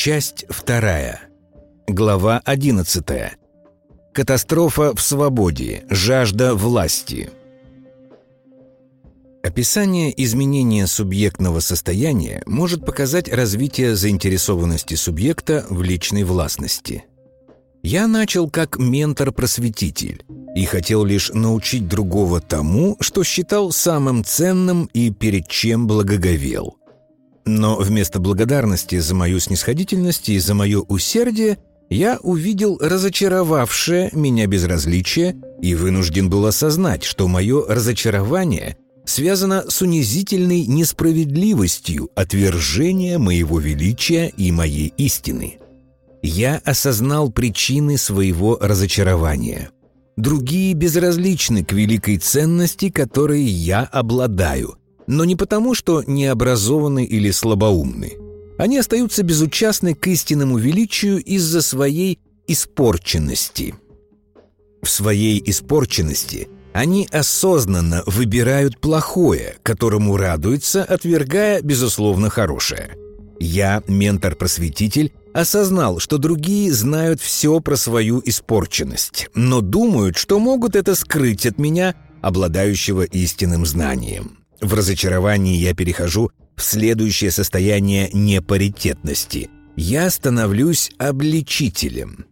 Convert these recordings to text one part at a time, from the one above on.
Часть 2. Глава 11. Катастрофа в свободе. Жажда власти. Описание изменения субъектного состояния может показать развитие заинтересованности субъекта в личной властности. Я начал как ментор-просветитель и хотел лишь научить другого тому, что считал самым ценным и перед чем благоговел. Но вместо благодарности за мою снисходительность и за мое усердие я увидел разочаровавшее меня безразличие и вынужден был осознать, что мое разочарование связано с унизительной несправедливостью отвержения моего величия и моей истины. Я осознал причины своего разочарования. Другие безразличны к великой ценности, которой я обладаю, но не потому, что необразованы или слабоумны. Они остаются безучастны к истинному величию из-за своей испорченности. В своей испорченности они осознанно выбирают плохое, которому радуются, отвергая, безусловно, хорошее. Я, ментор-просветитель, осознал, что другие знают все про свою испорченность, но думают, что могут это скрыть от меня, обладающего истинным знанием. В разочаровании я перехожу в следующее состояние непаритетности. Я становлюсь обличителем.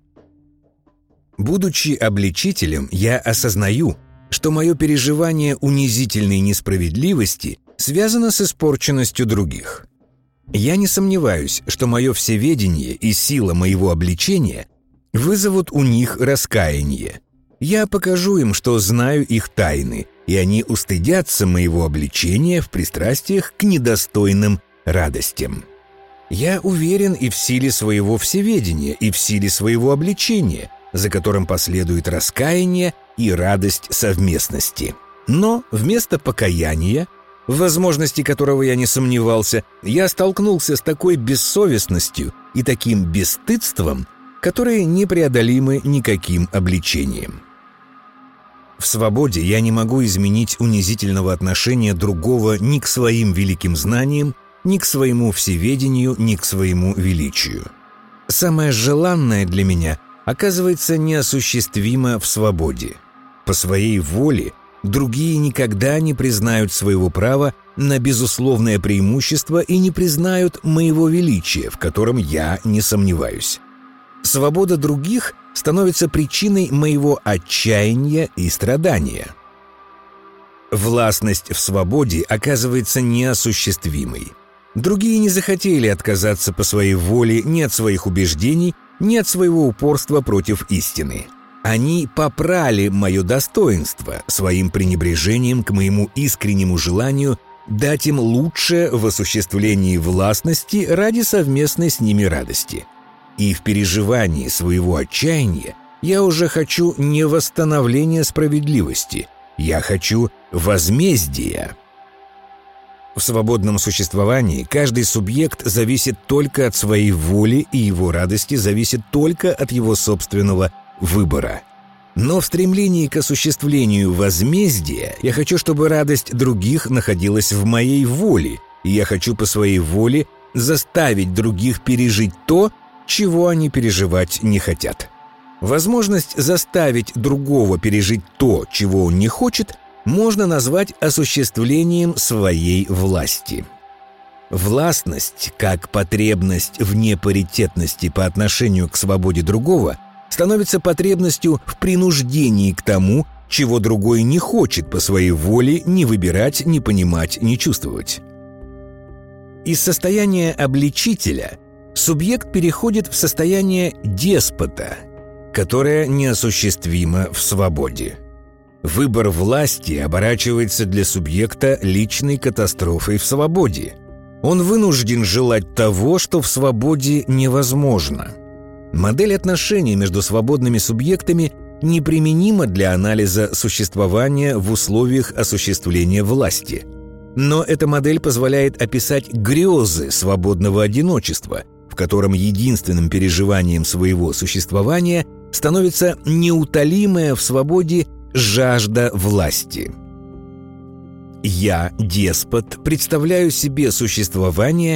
Будучи обличителем, я осознаю, что мое переживание унизительной несправедливости связано с испорченностью других. Я не сомневаюсь, что мое всеведение и сила моего обличения вызовут у них раскаяние. Я покажу им, что знаю их тайны, и они устыдятся моего обличения в пристрастиях к недостойным радостям. Я уверен и в силе своего всеведения, и в силе своего обличения, за которым последует раскаяние и радость совместности. Но вместо покаяния, в возможности которого я не сомневался, я столкнулся с такой бессовестностью и таким бесстыдством, которые непреодолимы никаким обличением. В свободе я не могу изменить унизительного отношения другого ни к своим великим знаниям, ни к своему всеведению, ни к своему величию. Самое желанное для меня оказывается неосуществимо в свободе. По своей воле другие никогда не признают своего права на безусловное преимущество и не признают моего величия, в котором я не сомневаюсь. Свобода других становится причиной моего отчаяния и страдания. Властность в свободе оказывается неосуществимой. Другие не захотели отказаться по своей воле ни от своих убеждений, ни от своего упорства против истины. Они попрали мое достоинство своим пренебрежением к моему искреннему желанию дать им лучшее в осуществлении властности ради совместной с ними радости. И в переживании своего отчаяния я уже хочу не восстановления справедливости, я хочу возмездия. В свободном существовании каждый субъект зависит только от своей воли, и его радости зависят только от его собственного выбора. Но в стремлении к осуществлению возмездия я хочу, чтобы радость других находилась в моей воле, и я хочу по своей воле заставить других пережить то, чего они переживать не хотят. Возможность заставить другого пережить то, чего он не хочет, можно назвать осуществлением своей власти. Властность, как потребность в непаритетности по отношению к свободе другого, становится потребностью в принуждении к тому, чего другой не хочет по своей воле ни выбирать, ни понимать, ни чувствовать. Из состояния обличителя субъект переходит в состояние деспота, которое неосуществимо в свободе. Выбор власти оборачивается для субъекта личной катастрофой в свободе. Он вынужден желать того, что в свободе невозможно. Модель отношений между свободными субъектами неприменима для анализа существования в условиях осуществления власти. Но эта модель позволяет описать грезы свободного одиночества, в котором единственным переживанием своего существования становится неутолимая в свободе жажда власти. Я, деспот, представляю себе существование, в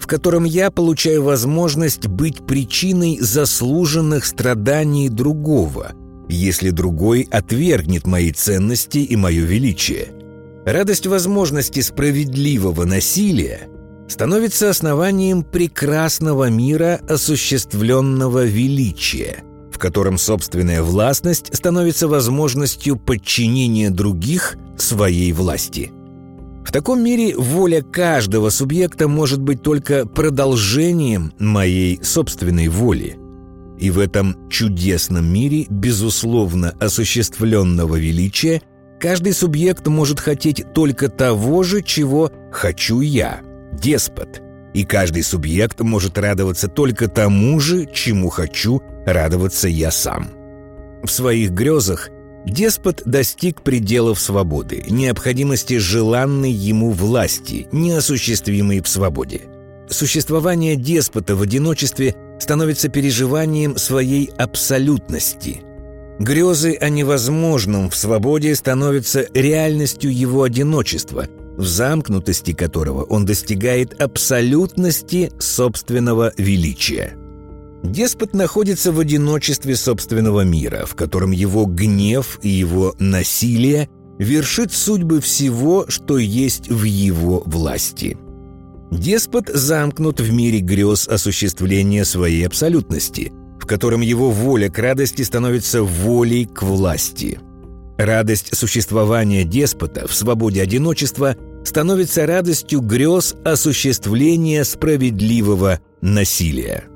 в котором я получаю возможность быть причиной заслуженных страданий другого, если другой отвергнет мои ценности и мое величие. Радость возможности справедливого насилия становится основанием прекрасного мира осуществленного величия, в котором собственная властность становится возможностью подчинения других своей власти. В таком мире воля каждого субъекта может быть только продолжением моей собственной воли. И в этом чудесном мире, безусловно осуществленного величия, каждый субъект может хотеть только того же, чего хочу я, деспот. И каждый субъект может радоваться только тому же, чему хочу радоваться я сам. В своих грезах деспот достиг пределов свободы, необходимости желанной ему власти, неосуществимой в свободе. Существование деспота в одиночестве становится переживанием своей абсолютности. Грезы о невозможном в свободе становятся реальностью его одиночества, в замкнутости которого он достигает абсолютности собственного величия. Деспот находится в одиночестве собственного мира, в котором его гнев и его насилие вершит судьбы всего, что есть в его власти. Деспот замкнут в мире грез осуществления своей абсолютности, в котором его воля к радости становится волей к власти. Радость существования деспота в свободе одиночества становится радостью грез осуществления справедливого насилия.